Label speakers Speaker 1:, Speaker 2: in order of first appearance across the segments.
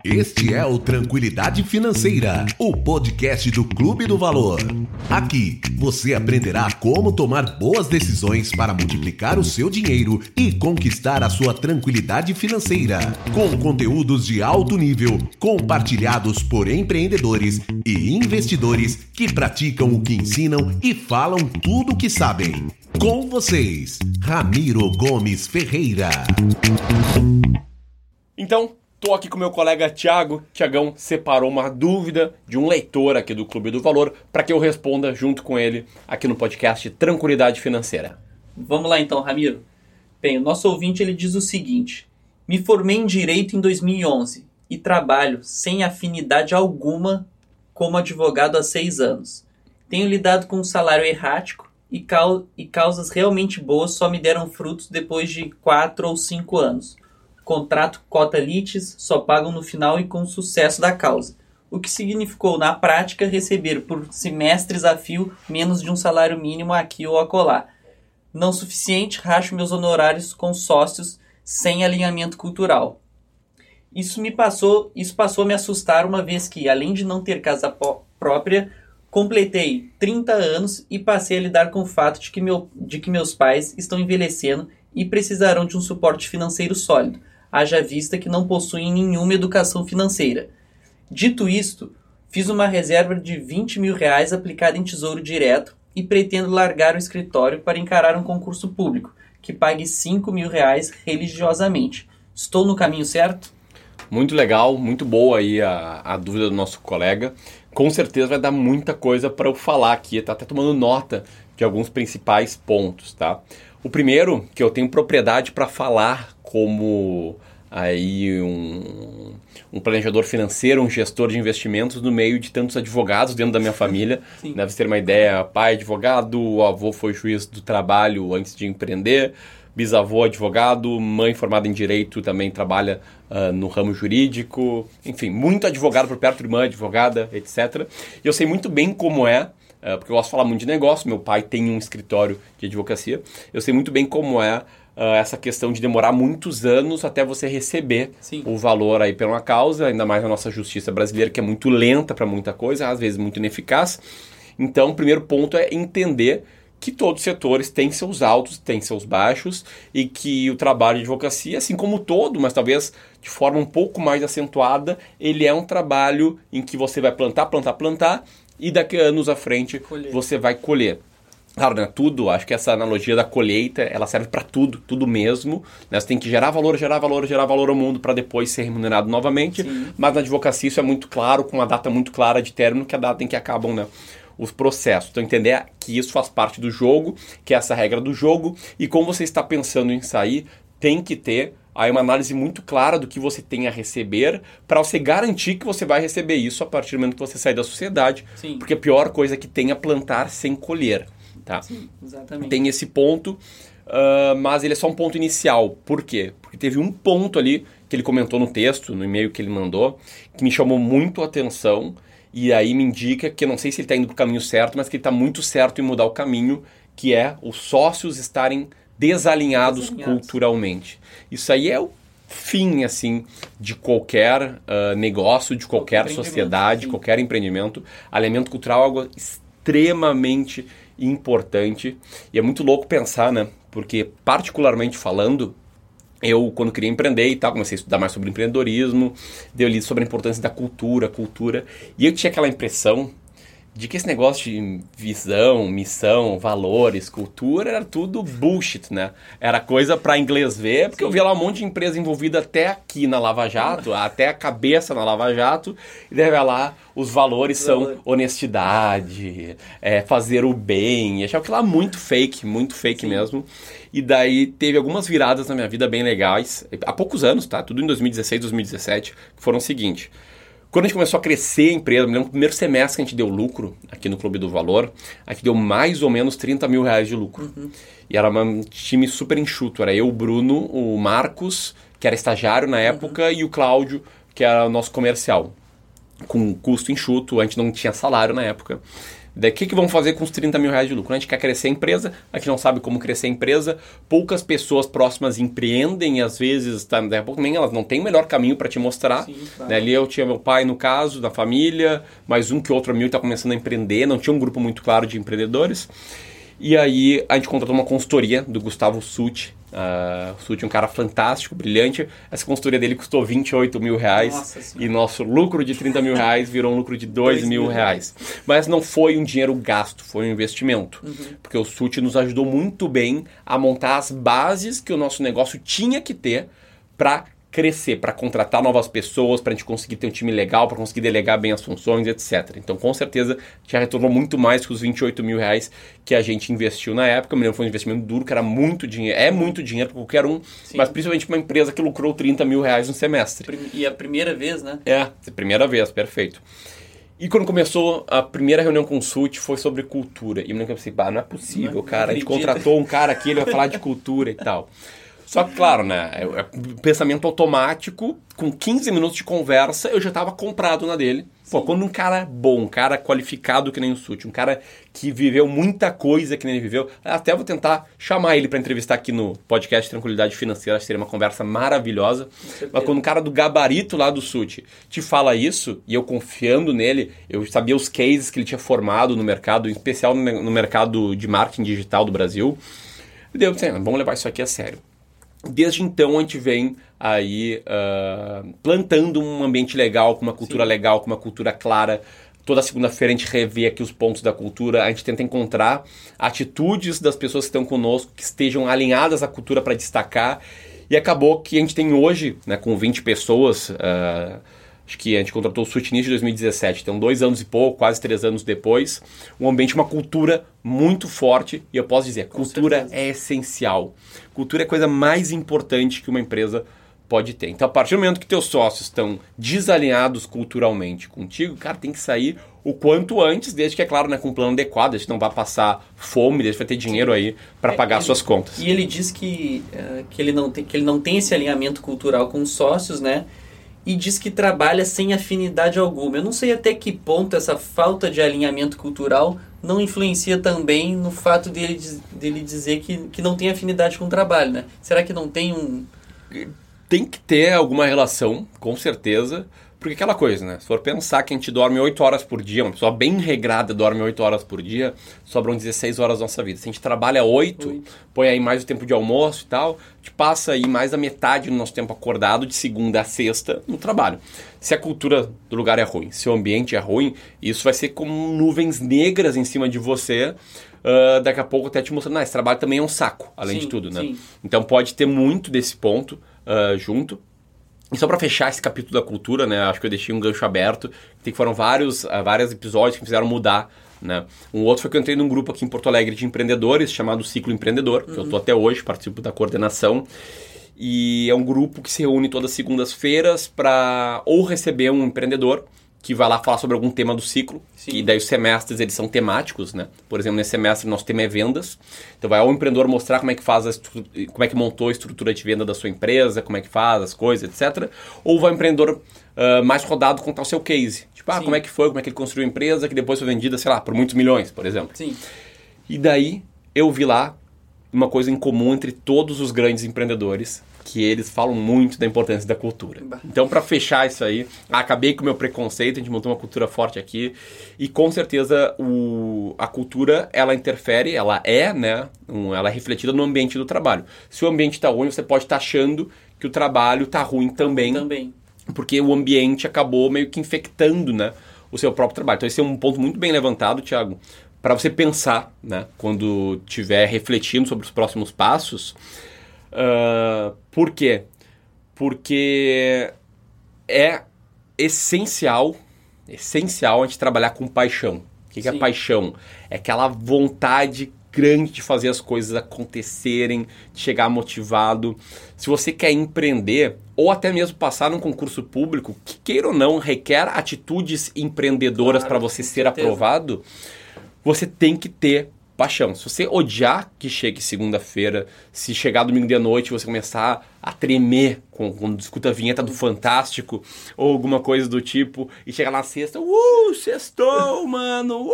Speaker 1: Este é o Tranquilidade Financeira, o podcast do Clube do Valor. Aqui você aprenderá como tomar boas decisões para multiplicar o seu dinheiro e conquistar a sua tranquilidade financeira, com conteúdos de alto nível compartilhados por empreendedores e investidores que praticam o que ensinam e falam tudo o que sabem. Com vocês, Ramiro Gomes Ferreira.
Speaker 2: Então, estou aqui com meu colega Thiago. Thiagão separou uma dúvida de um leitor aqui do Clube do Valor para que eu responda junto com ele aqui no podcast Tranquilidade Financeira.
Speaker 3: Vamos lá então, Ramiro. Bem, o nosso ouvinte ele diz o seguinte: me formei em Direito em 2011 e trabalho sem afinidade alguma como advogado há 6 anos. Tenho lidado com um salário errático e causas realmente boas só me deram frutos depois de 4 ou 5 anos. Contrato cota litis, só pagam no final e com o sucesso da causa. O que significou, na prática, receber por semestres a fio menos de um salário mínimo aqui ou acolá. Não suficiente, racho meus honorários com sócios sem alinhamento cultural. Isso passou a me assustar uma vez que, além de não ter casa própria, completei 30 anos e passei a lidar com o fato de que meus pais estão envelhecendo e precisarão de um suporte financeiro sólido, haja vista que não possuem nenhuma educação financeira. Dito isto, fiz uma reserva de R$20 mil aplicada em tesouro direto e pretendo largar o escritório para encarar um concurso público, que pague R$5 mil religiosamente. Estou no caminho certo?
Speaker 2: Muito legal, muito boa aí a dúvida do nosso colega. Com certeza vai dar muita coisa para eu falar aqui, tá até tomando nota de alguns principais pontos, tá? O primeiro, que eu tenho propriedade para falar como aí um planejador financeiro, um gestor de investimentos no meio de tantos advogados dentro da minha família. Deve ter uma ideia, pai é advogado, o avô foi juiz do trabalho antes de empreender, bisavô advogado, mãe formada em direito também trabalha no ramo jurídico, enfim, muito advogado por perto, irmã advogada, etc. E eu sei muito bem como é, porque eu gosto de falar muito de negócio, meu pai tem um escritório de advocacia, eu sei muito bem como é essa questão de demorar muitos anos até você receber o valor aí pela uma causa, ainda mais na nossa justiça brasileira, que é muito lenta para muita coisa, às vezes muito ineficaz. Então, o primeiro ponto é entender que todos os setores têm seus altos, têm seus baixos, e que o trabalho de advocacia, assim como todo, mas talvez de forma um pouco mais acentuada, ele é um trabalho em que você vai plantar, e daqui a anos à frente você vai colher. Claro, né? Tudo, acho que essa analogia da colheita, ela serve para tudo mesmo. Né? Você tem que gerar valor ao mundo para depois ser remunerado novamente. Sim. Mas na advocacia isso é muito claro, com uma data muito clara de término, que é a data em que acabam, né, os processos. Então entender que isso faz parte do jogo, que é essa regra do jogo, e como você está pensando em sair, tem que ter aí uma análise muito clara do que você tem a receber para você garantir que você vai receber isso a partir do momento que você sair da sociedade. Sim. Porque a pior coisa que tem é plantar sem colher. Tá?
Speaker 3: Sim, exatamente.
Speaker 2: Tem esse ponto, mas ele é só um ponto inicial. Por quê? Porque teve um ponto ali que ele comentou no texto, no e-mail que ele mandou, que me chamou muito a atenção, e aí me indica que eu não sei se ele está indo para o caminho certo, mas que ele está muito certo em mudar o caminho, que é os sócios estarem desalinhados culturalmente. Isso aí é o fim, assim, de qualquer negócio, de qualquer sociedade, qualquer empreendimento. Alinhamento cultural é algo extremamente importante, e é muito louco pensar, né? Porque, particularmente falando, eu, quando queria empreender e tal, comecei a estudar mais sobre empreendedorismo, eu li sobre a importância da cultura, e eu tinha aquela impressão de que esse negócio de visão, missão, valores, cultura, era tudo bullshit, né? Era coisa para inglês ver, porque eu via lá um monte de empresa envolvida até aqui na Lava Jato, até a cabeça na Lava Jato, e daí lá os valores são honestidade, fazer o bem, e achava que lá muito fake mesmo. E daí teve algumas viradas na minha vida bem legais, há poucos anos, tá? Tudo em 2016, 2017, que foram o seguinte: quando a gente começou a crescer a empresa, me lembro, no primeiro semestre que a gente deu lucro aqui no Clube do Valor, a gente deu mais ou menos R$30 mil de lucro. E era um time super enxuto. Era eu, o Bruno, o Marcos, que era estagiário na época, e o Cláudio, que era o nosso comercial. Com custo enxuto, a gente não tinha salário na época. Daí o que vamos fazer com os 30 mil reais de lucro? A gente quer crescer a empresa, a gente não sabe como crescer a empresa, poucas pessoas próximas empreendem, às vezes, daqui a pouco também elas não têm o melhor caminho para te mostrar.
Speaker 3: Sim, claro.
Speaker 2: Né? Ali eu tinha meu pai, no caso, da família, mais um que outro amigo está começando a empreender, não tinha um grupo muito claro de empreendedores. E aí a gente contratou uma consultoria do Gustavo Sutti. O Sutti é um cara fantástico, brilhante. Essa consultoria dele custou 28 mil reais.
Speaker 3: Nossa,
Speaker 2: e nosso lucro de 30 mil reais virou um lucro de 2 mil reais. Mas não foi um dinheiro gasto, foi um investimento. Porque o Sutti nos ajudou muito bem a montar as bases que o nosso negócio tinha que ter para crescer, para contratar novas pessoas, para a gente conseguir ter um time legal, para conseguir delegar bem as funções, etc. Então, com certeza, já retornou muito mais que os 28 mil reais que a gente investiu na época. Eu me lembro que foi um investimento duro, que era muito dinheiro. É muito dinheiro para qualquer um, sim, mas principalmente para uma empresa que lucrou 30 mil reais no semestre.
Speaker 3: E a primeira vez, né?
Speaker 2: A primeira vez, perfeito. E quando começou a primeira reunião com o Sutti, foi sobre cultura. E eu me lembro que eu pensei, não é possível, cara. A gente contratou um cara aqui, ele vai falar de cultura e tal. Só que, claro, né, pensamento automático, com 15 minutos de conversa, eu já estava comprado na dele. Pô, quando um cara bom, um cara qualificado que nem o Sutti, um cara que viveu muita coisa que nem ele viveu, até vou tentar chamar ele para entrevistar aqui no podcast Tranquilidade Financeira, acho que seria uma conversa maravilhosa. Mas quando um cara do gabarito lá do Sutti te fala isso, e eu confiando nele, eu sabia os cases que ele tinha formado no mercado, em especial no mercado de marketing digital do Brasil, e daí eu pensei, vamos levar isso aqui a sério. Desde então a gente vem aí plantando um ambiente legal, com uma cultura legal, com uma cultura clara. Toda segunda-feira a gente revê aqui os pontos da cultura, a gente tenta encontrar atitudes das pessoas que estão conosco que estejam alinhadas à cultura para destacar. E acabou que a gente tem hoje, né, com 20 pessoas, acho que a gente contratou o Sutti início de 2017, então 2 anos e pouco, quase 3 anos depois, um ambiente, uma cultura muito forte, e eu posso dizer, cultura é essencial. Cultura é a coisa mais importante que uma empresa pode ter. Então, a partir do momento que teus sócios estão desalinhados culturalmente contigo, cara, tem que sair o quanto antes, desde que, é claro, né, com um plano adequado, desde que não vai passar fome, desde que vai ter dinheiro aí para pagar suas contas.
Speaker 3: E ele diz que ele não tem esse alinhamento cultural com os sócios, né? E diz que trabalha sem afinidade alguma. Eu não sei até que ponto essa falta de alinhamento cultural não influencia também no fato dele dizer que não tem afinidade com o trabalho, né? Será que não tem um...
Speaker 2: Tem que ter alguma relação, com certeza, porque aquela coisa, né? Se for pensar que a gente dorme 8 horas por dia, uma pessoa bem regrada dorme 8 horas por dia, sobram 16 horas da nossa vida. Se a gente trabalha 8, põe aí mais o tempo de almoço e tal, a gente passa aí mais da metade do nosso tempo acordado, de segunda a sexta, no trabalho. Se a cultura do lugar é ruim, se o ambiente é ruim, isso vai ser como nuvens negras em cima de você, daqui a pouco até te mostrando, esse trabalho também é um saco, além de tudo, né? Sim. Então pode ter muito desse ponto junto. E só para fechar esse capítulo da cultura, né, acho que eu deixei um gancho aberto, que foram vários episódios que me fizeram mudar, né. Um outro foi que eu entrei num grupo aqui em Porto Alegre de empreendedores, chamado Ciclo Empreendedor, que eu estou até hoje, participo da coordenação, e é um grupo que se reúne todas as segundas-feiras para ou receber um empreendedor que vai lá falar sobre algum tema do ciclo. Sim. E daí os semestres eles são temáticos, né? Por exemplo, nesse semestre nosso tema é vendas. Então vai ao empreendedor mostrar como é que como é que montou a estrutura de venda da sua empresa, como é que faz as coisas, etc. Ou vai ao empreendedor mais rodado contar o seu case. Tipo, como é que foi, como é que ele construiu a empresa que depois foi vendida, sei lá, por muitos milhões, por exemplo.
Speaker 3: Sim.
Speaker 2: E daí eu vi lá uma coisa em comum entre todos os grandes empreendedores, que eles falam muito da importância da cultura. Então, para fechar isso aí, acabei com o meu preconceito, a gente montou uma cultura forte aqui, e com certeza a cultura, ela interfere, ela é, né, ela é refletida no ambiente do trabalho. Se o ambiente está ruim, você pode estar achando que o trabalho está ruim também, porque o ambiente acabou meio que infectando, né, o seu próprio trabalho. Então, esse é um ponto muito bem levantado, Thiago, para você pensar, né, quando estiver refletindo sobre os próximos passos. Por quê? Porque é essencial a gente trabalhar com paixão. O que é paixão? É aquela vontade grande de fazer as coisas acontecerem, de chegar motivado. Se você quer empreender, ou até mesmo passar num concurso público, que queira ou não, requer atitudes empreendedoras para você ser aprovado, você tem que ter paixão. Se você odiar que chegue segunda-feira, se chegar domingo de noite você começar a tremer quando escuta a vinheta do Fantástico ou alguma coisa do tipo e chegar na sexta, sextou, mano,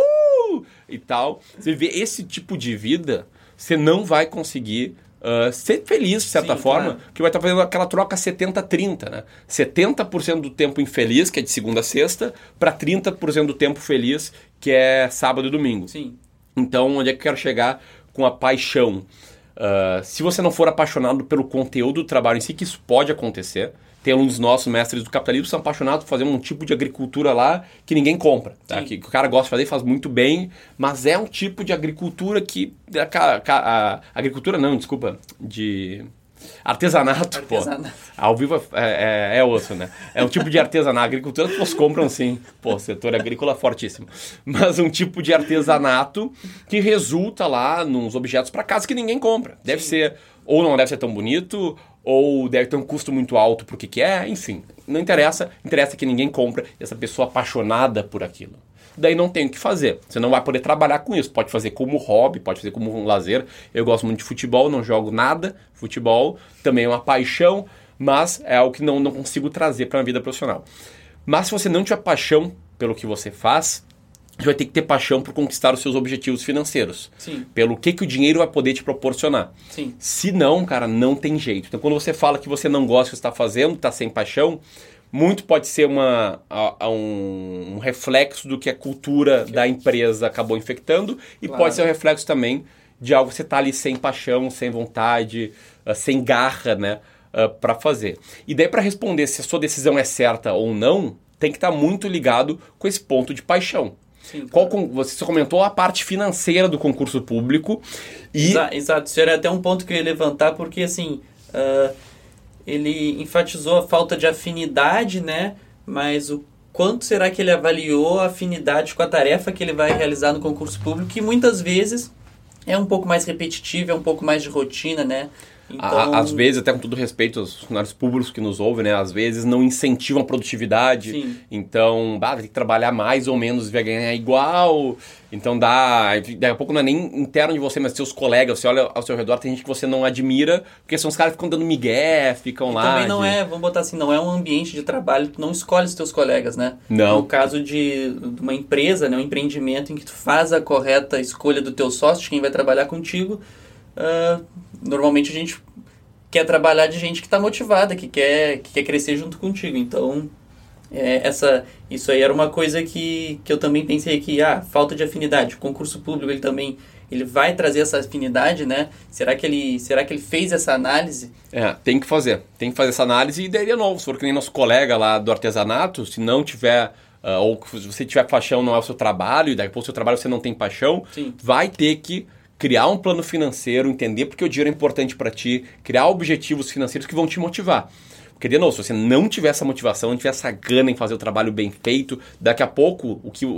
Speaker 2: e tal. Você vê esse tipo de vida, você não vai conseguir ser feliz, de certa forma, que vai estar fazendo aquela troca 70-30, né? 70% do tempo infeliz, que é de segunda a sexta, para 30% do tempo feliz, que é sábado e domingo.
Speaker 3: Sim.
Speaker 2: Então, onde é que eu quero chegar com a paixão? Se você não for apaixonado pelo conteúdo do trabalho em si, que isso pode acontecer. Tem alunos nossos, mestres do capitalismo, que são apaixonados por fazer um tipo de agricultura lá que ninguém compra. Tá? Que o cara gosta de fazer, faz muito bem, mas é um tipo de agricultura que... agricultura não, desculpa, de... Artesanato, pô. Ao vivo é osso, né? É um tipo de artesanato. A agricultura as pessoas compram sim. Pô, setor agrícola fortíssimo. Mas um tipo de artesanato que resulta lá nos objetos para casa que ninguém compra. Deve ser, ou não deve ser tão bonito, ou deve ter um custo muito alto pro que é, enfim. Não interessa. Interessa que ninguém compra e essa pessoa apaixonada por aquilo. Daí não tem o que fazer. Você não vai poder trabalhar com isso. Pode fazer como hobby, pode fazer como um lazer. Eu gosto muito de futebol, não jogo nada. Futebol também é uma paixão, mas é algo que não consigo trazer para a vida profissional. Mas se você não tiver paixão pelo que você faz, você vai ter que ter paixão por conquistar os seus objetivos financeiros.
Speaker 3: Sim.
Speaker 2: Pelo que o dinheiro vai poder te proporcionar.
Speaker 3: Sim.
Speaker 2: Se não, cara, não tem jeito. Então quando você fala que você não gosta do que você está fazendo, está sem paixão... Muito pode ser um reflexo do que a cultura da empresa acabou infectando e pode ser um reflexo também de algo que você está ali sem paixão, sem vontade, sem garra, né, para fazer. E daí para responder se a sua decisão é certa ou não, tem que estar muito ligado com esse ponto de paixão.
Speaker 3: Sim,
Speaker 2: Você comentou a parte financeira do concurso público. E...
Speaker 3: Exato, isso era até um ponto que eu ia levantar, porque assim... ele enfatizou a falta de afinidade, né? Mas o quanto será que ele avaliou a afinidade com a tarefa que ele vai realizar no concurso público, que muitas vezes é um pouco mais repetitivo, é um pouco mais de rotina, né?
Speaker 2: Então... Às vezes, até com todo respeito aos funcionários públicos que nos ouvem, né? Às vezes não incentivam a produtividade.
Speaker 3: Sim.
Speaker 2: Então, vai ter que trabalhar mais ou menos, vai ganhar igual. Então daqui a pouco não é nem interno de você, mas seus colegas, você olha ao seu redor, tem gente que você não admira, porque são os caras que ficam dando migué, ficam lá.
Speaker 3: Também não vamos botar assim, não é um ambiente de trabalho, tu não escolhe os teus colegas, né?
Speaker 2: Não.
Speaker 3: No caso de uma empresa, né, um empreendimento em que tu faz a correta escolha do teu sócio, de quem vai trabalhar contigo, normalmente a gente quer trabalhar de gente que está motivada, que quer crescer junto contigo. Então, isso aí era uma coisa que eu também pensei que, falta de afinidade. O concurso público, ele vai trazer essa afinidade, né? Será que ele fez essa análise?
Speaker 2: Tem que fazer essa análise e daí de novo, se for que nem nosso colega lá do artesanato, se não tiver... ou se você tiver paixão, não é o seu trabalho, e daqui a pouco o seu trabalho você não tem paixão,
Speaker 3: Sim.
Speaker 2: vai ter que criar um plano financeiro, entender porque o dinheiro é importante para ti, criar objetivos financeiros que vão te motivar. Porque, de novo, se você não tiver essa motivação, não tiver essa gana em fazer o trabalho bem feito, daqui a pouco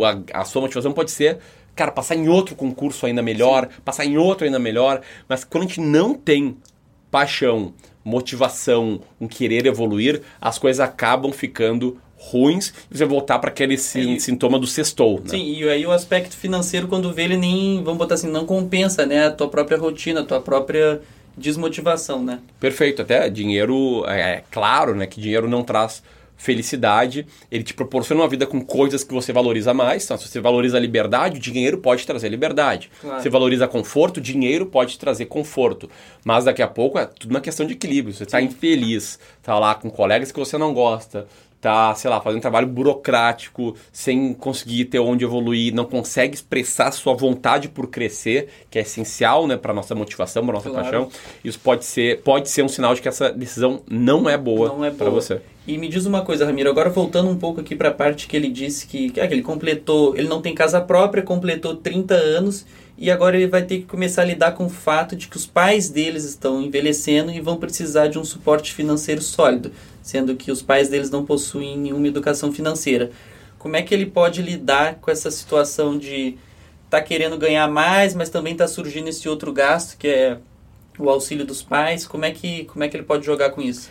Speaker 2: a sua motivação pode ser, cara, passar em outro concurso ainda melhor, Sim. passar em outro ainda melhor. Mas quando a gente não tem paixão, motivação, um querer evoluir, as coisas acabam ficando ruins e você voltar para aquele sintoma do sextou. Né?
Speaker 3: Sim, e aí o aspecto financeiro, quando vê, ele nem, vamos botar assim, não compensa, né, a tua própria rotina, a tua própria desmotivação, né?
Speaker 2: Perfeito, até dinheiro, é claro, né, que dinheiro não traz felicidade, ele te proporciona uma vida com coisas que você valoriza mais. Então, se você valoriza a liberdade, o dinheiro pode trazer liberdade.
Speaker 3: Claro.
Speaker 2: Se você valoriza conforto, o dinheiro pode trazer conforto. Mas daqui a pouco é tudo uma questão de equilíbrio. Você está infeliz, está lá com colegas que você não gosta, tá, sei lá, fazendo um trabalho burocrático, sem conseguir ter onde evoluir, não consegue expressar sua vontade por crescer, que é essencial, né, para nossa motivação, para nossa paixão. Isso pode ser um sinal de que essa decisão não é boa para você.
Speaker 3: E me diz uma coisa, Ramiro, agora voltando um pouco aqui para a parte que ele disse que ele não tem casa própria, completou 30 anos e agora ele vai ter que começar a lidar com o fato de que os pais deles estão envelhecendo e vão precisar de um suporte financeiro sólido, sendo que os pais deles não possuem nenhuma educação financeira. Como é que ele pode lidar com essa situação de estar querendo ganhar mais, mas também está surgindo esse outro gasto, que é o auxílio dos pais? Como é que ele pode jogar com isso?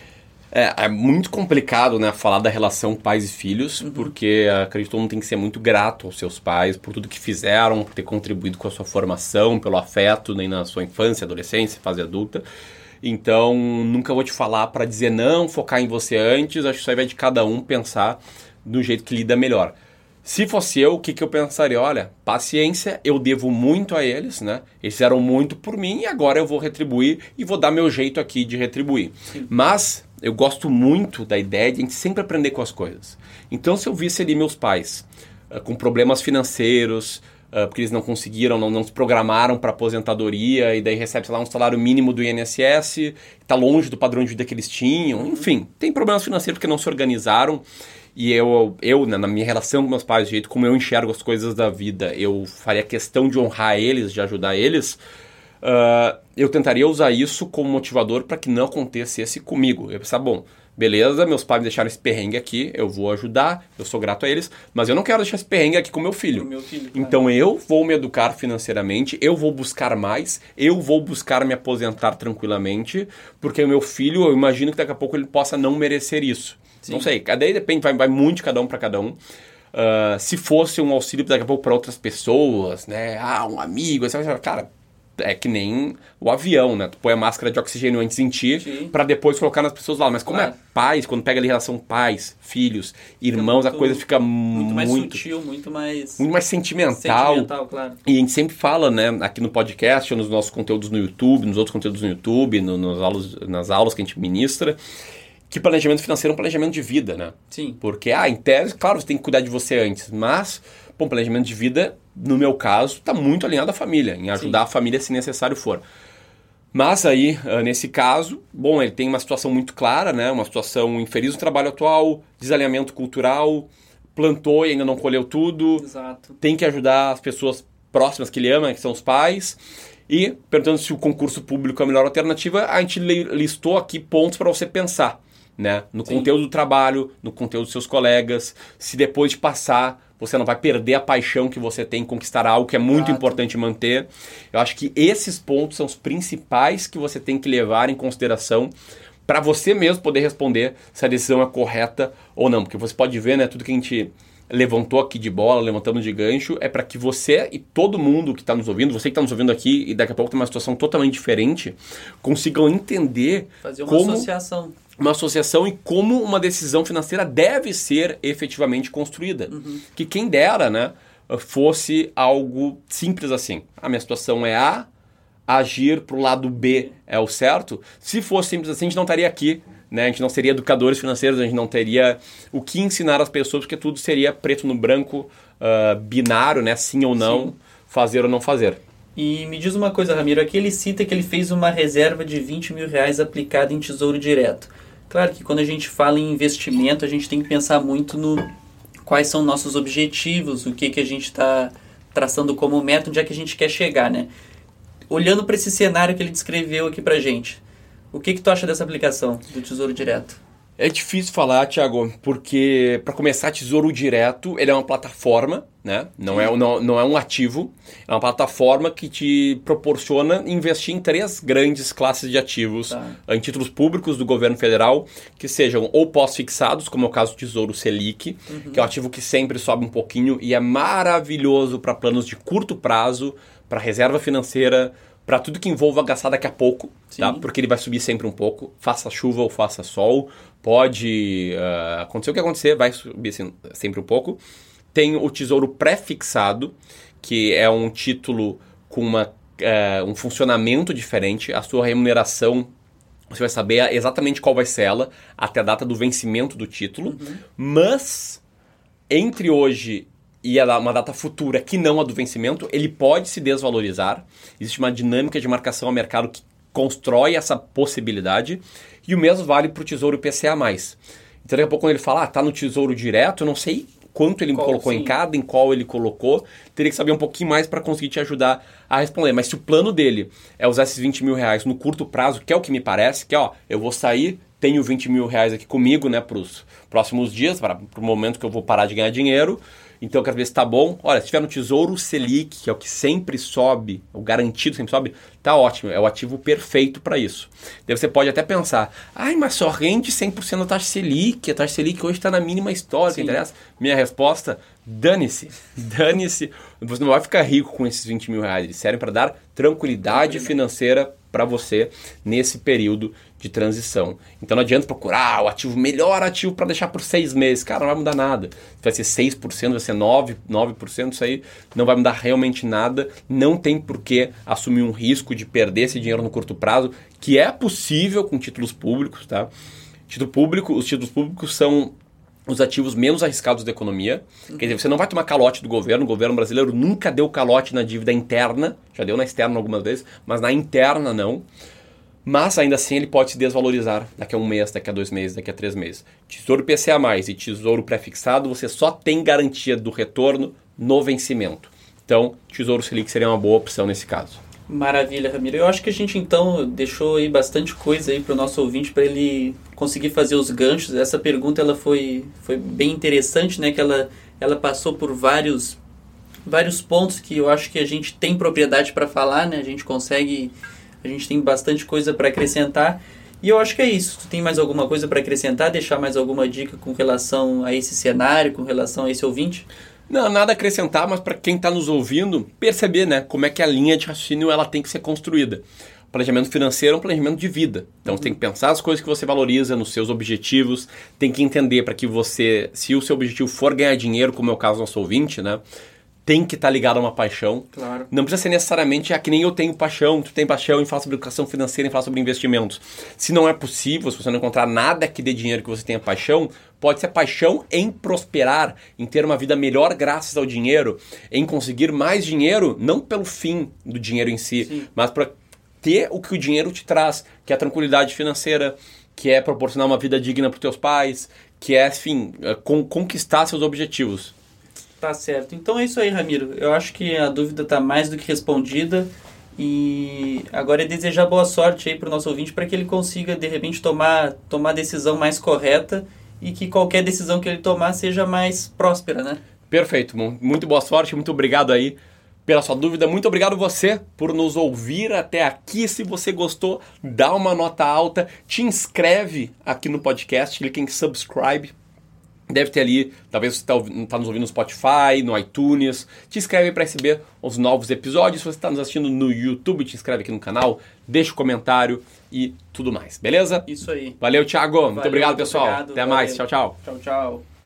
Speaker 2: É muito complicado, né, falar da relação pais e filhos, porque acredito que todo mundo tem que ser muito grato aos seus pais por tudo que fizeram, por ter contribuído com a sua formação, pelo afeto, nem na sua infância, adolescência, fase adulta. Então, nunca vou te falar para dizer não, focar em você antes. Acho que isso aí vai de cada um pensar do jeito que lida melhor. Se fosse eu, o que eu pensaria? Olha, paciência, eu devo muito a eles, né? Eles fizeram muito por mim e agora eu vou retribuir e vou dar meu jeito aqui de retribuir.
Speaker 3: Sim.
Speaker 2: Mas eu gosto muito da ideia de a gente sempre aprender com as coisas. Então, se eu visse ali meus pais com problemas financeiros, porque eles não conseguiram, não se programaram para aposentadoria e daí recebe, sei lá, um salário mínimo do INSS, está longe do padrão de vida que eles tinham, enfim, tem problemas financeiros porque não se organizaram. E eu na minha relação com meus pais, do jeito como eu enxergo as coisas da vida, eu faria questão de honrar eles, de ajudar eles, eu tentaria usar isso como motivador para que não acontecesse comigo. Eu pensar, bom, beleza, meus pais me deixaram esse perrengue aqui, eu vou ajudar, eu sou grato a eles, mas eu não quero deixar esse perrengue aqui com meu filho. Então eu vou me educar financeiramente, eu vou buscar mais, eu vou buscar me aposentar tranquilamente, porque o meu filho, eu imagino que daqui a pouco ele possa não merecer isso. Sim. Não sei, daí depende, vai muito de cada um para cada um. Se fosse um auxílio daqui a pouco para outras pessoas, né? Um amigo, cara, é que nem o avião, né? Tu põe a máscara de oxigênio antes em ti para depois colocar nas pessoas lá. Mas como é pais, quando pega ali relação pais, filhos, irmãos, a coisa fica
Speaker 3: muito mais sutil, muito mais
Speaker 2: sentimental,
Speaker 3: claro.
Speaker 2: E a gente sempre fala, né, aqui no podcast, ou nos nossos conteúdos no YouTube, nos outros conteúdos no YouTube, nas aulas que a gente ministra, que planejamento financeiro é um planejamento de vida, né?
Speaker 3: Sim.
Speaker 2: Porque, em tese, claro, você tem que cuidar de você antes, mas, planejamento de vida, no meu caso, está muito alinhado à família, em ajudar a família se necessário for. Mas aí, nesse caso, ele tem uma situação muito clara, né? Uma situação infeliz no trabalho atual, desalinhamento cultural, plantou e ainda não colheu tudo.
Speaker 3: Exato.
Speaker 2: Tem que ajudar as pessoas próximas que ele ama, que são os pais. E, perguntando se o concurso público é a melhor alternativa, a gente listou aqui pontos para você pensar, né? No conteúdo do trabalho, no conteúdo dos seus colegas, se depois de passar você não vai perder a paixão que você tem em conquistar algo que é muito importante manter. Eu acho que esses pontos são os principais que você tem que levar em consideração para você mesmo poder responder se a decisão é correta ou não. Porque você pode ver, né, tudo que a gente levantou aqui de bola, levantamos de gancho, é para que você e todo mundo que está nos ouvindo, você que está nos ouvindo aqui e daqui a pouco tem uma situação totalmente diferente, consigam entender
Speaker 3: fazer uma associação
Speaker 2: e como uma decisão financeira deve ser efetivamente construída. Que quem dera, né, fosse algo simples assim. A minha situação é A, agir para o lado B é o certo. Se fosse simples assim, a gente não estaria aqui, né? A gente não seria educadores financeiros, a gente não teria o que ensinar às pessoas, porque tudo seria preto no branco, binário, né? Sim ou não, fazer ou não fazer.
Speaker 3: E me diz uma coisa, Ramiro, aqui ele cita que ele fez uma reserva de 20 mil reais aplicada em Tesouro Direto. Claro que quando a gente fala em investimento, a gente tem que pensar muito no quais são nossos objetivos, o que a gente está traçando como meta, onde é que a gente quer chegar, né? Olhando para esse cenário que ele descreveu aqui pra gente, o que tu acha dessa aplicação do Tesouro Direto?
Speaker 2: É difícil falar, Thiago, porque para começar, Tesouro Direto, ele é uma plataforma, né? Não é um ativo, é uma plataforma que te proporciona investir em 3 grandes classes de ativos em títulos públicos do governo federal, que sejam ou pós-fixados, como é o caso do Tesouro Selic, que é um ativo que sempre sobe um pouquinho e é maravilhoso para planos de curto prazo, para reserva financeira, para tudo que envolva gastar daqui a pouco, tá? Porque ele vai subir sempre um pouco, faça chuva ou faça sol, pode acontecer o que acontecer, vai subir assim, sempre um pouco. Tem o Tesouro Pré-fixado, que é um título com um funcionamento diferente, a sua remuneração, você vai saber exatamente qual vai ser ela, até a data do vencimento do título, mas entre hoje e uma data futura que não a do vencimento, ele pode se desvalorizar. Existe uma dinâmica de marcação ao mercado que constrói essa possibilidade. E o mesmo vale para o Tesouro IPCA+. Então, daqui a pouco, quando ele fala, tá no Tesouro Direto, eu não sei quanto ele colocou em cada, em qual ele colocou. Teria que saber um pouquinho mais para conseguir te ajudar a responder. Mas se o plano dele é usar esses 20 mil reais no curto prazo, que é o que me parece, que eu vou sair, tenho 20 mil reais aqui comigo, né, para os próximos dias, para o momento que eu vou parar de ganhar dinheiro. Então eu quero ver se tá bom. Olha, se tiver no Tesouro Selic, que é o que sempre sobe, o garantido sempre sobe, tá ótimo. É o ativo perfeito para isso. Daí você pode até pensar, mas só rende 100% da taxa Selic. A taxa Selic hoje está na mínima histórica, interessa? Minha resposta, dane-se. Dane-se. Você não vai ficar rico com esses 20 mil reais. Eles servem para dar tranquilidade financeira para você nesse período de transição. Então não adianta procurar o melhor ativo para deixar por 6 meses. Cara, não vai mudar nada. Vai ser 6%, vai ser 9%, isso aí não vai mudar realmente nada. Não tem por que assumir um risco de perder esse dinheiro no curto prazo, que é possível com títulos públicos, tá? Os títulos públicos são os ativos menos arriscados da economia. Quer dizer, você não vai tomar calote do governo. O governo brasileiro nunca deu calote na dívida interna. Já deu na externa algumas vezes, mas na interna não. Mas ainda assim ele pode se desvalorizar daqui a 1 mês, daqui a 2 meses, daqui a 3 meses. Tesouro IPCA+, e tesouro pré-fixado, você só tem garantia do retorno no vencimento. Então, Tesouro Selic seria uma boa opção nesse caso.
Speaker 3: Maravilha, Ramiro. Eu acho que a gente então deixou aí bastante coisa aí para o nosso ouvinte para ele conseguir fazer os ganchos. Essa pergunta ela foi bem interessante, né? Que ela passou por vários pontos que eu acho que a gente tem propriedade para falar, né? A gente tem bastante coisa para acrescentar. E eu acho que é isso. Tu tem mais alguma coisa para acrescentar? Deixar mais alguma dica com relação a esse cenário, com relação a esse ouvinte?
Speaker 2: Não, nada a acrescentar, mas para quem está nos ouvindo, perceber, né, como é que a linha de raciocínio ela tem que ser construída. O planejamento financeiro é um planejamento de vida. Então você tem que pensar as coisas que você valoriza nos seus objetivos, tem que entender para que você, se o seu objetivo for ganhar dinheiro, como é o caso do nosso ouvinte, né, tem que estar ligado a uma paixão.
Speaker 3: Claro.
Speaker 2: Não precisa ser necessariamente que nem eu tenho paixão, tu tem paixão em falar sobre educação financeira, em falar sobre investimentos. Se não é possível, se você não encontrar nada que dê dinheiro que você tenha paixão, pode ser paixão em prosperar, em ter uma vida melhor graças ao dinheiro, em conseguir mais dinheiro, não pelo fim do dinheiro em si,
Speaker 3: Sim.
Speaker 2: mas para ter o que o dinheiro te traz, que é a tranquilidade financeira, que é proporcionar uma vida digna para os teus pais, que é, enfim, conquistar seus objetivos.
Speaker 3: Tá certo. Então é isso aí, Ramiro. Eu acho que a dúvida está mais do que respondida. E agora é desejar boa sorte aí para o nosso ouvinte para que ele consiga, de repente, tomar a decisão mais correta e que qualquer decisão que ele tomar seja mais próspera, né?
Speaker 2: Perfeito. Muito boa sorte. Muito obrigado aí pela sua dúvida. Muito obrigado você por nos ouvir até aqui. Se você gostou, dá uma nota alta. Te inscreve aqui no podcast. Clique em subscribe. Deve ter ali, talvez você está nos ouvindo no Spotify, no iTunes. Te inscreve para receber os novos episódios. Se você está nos assistindo no YouTube, te inscreve aqui no canal, deixa o comentário e tudo mais, beleza?
Speaker 3: Isso aí.
Speaker 2: Valeu, Thiago. Muito
Speaker 3: Valeu,
Speaker 2: obrigado, pessoal.
Speaker 3: obrigado.
Speaker 2: Até mais. Tchau, tchau.
Speaker 3: Tchau, tchau.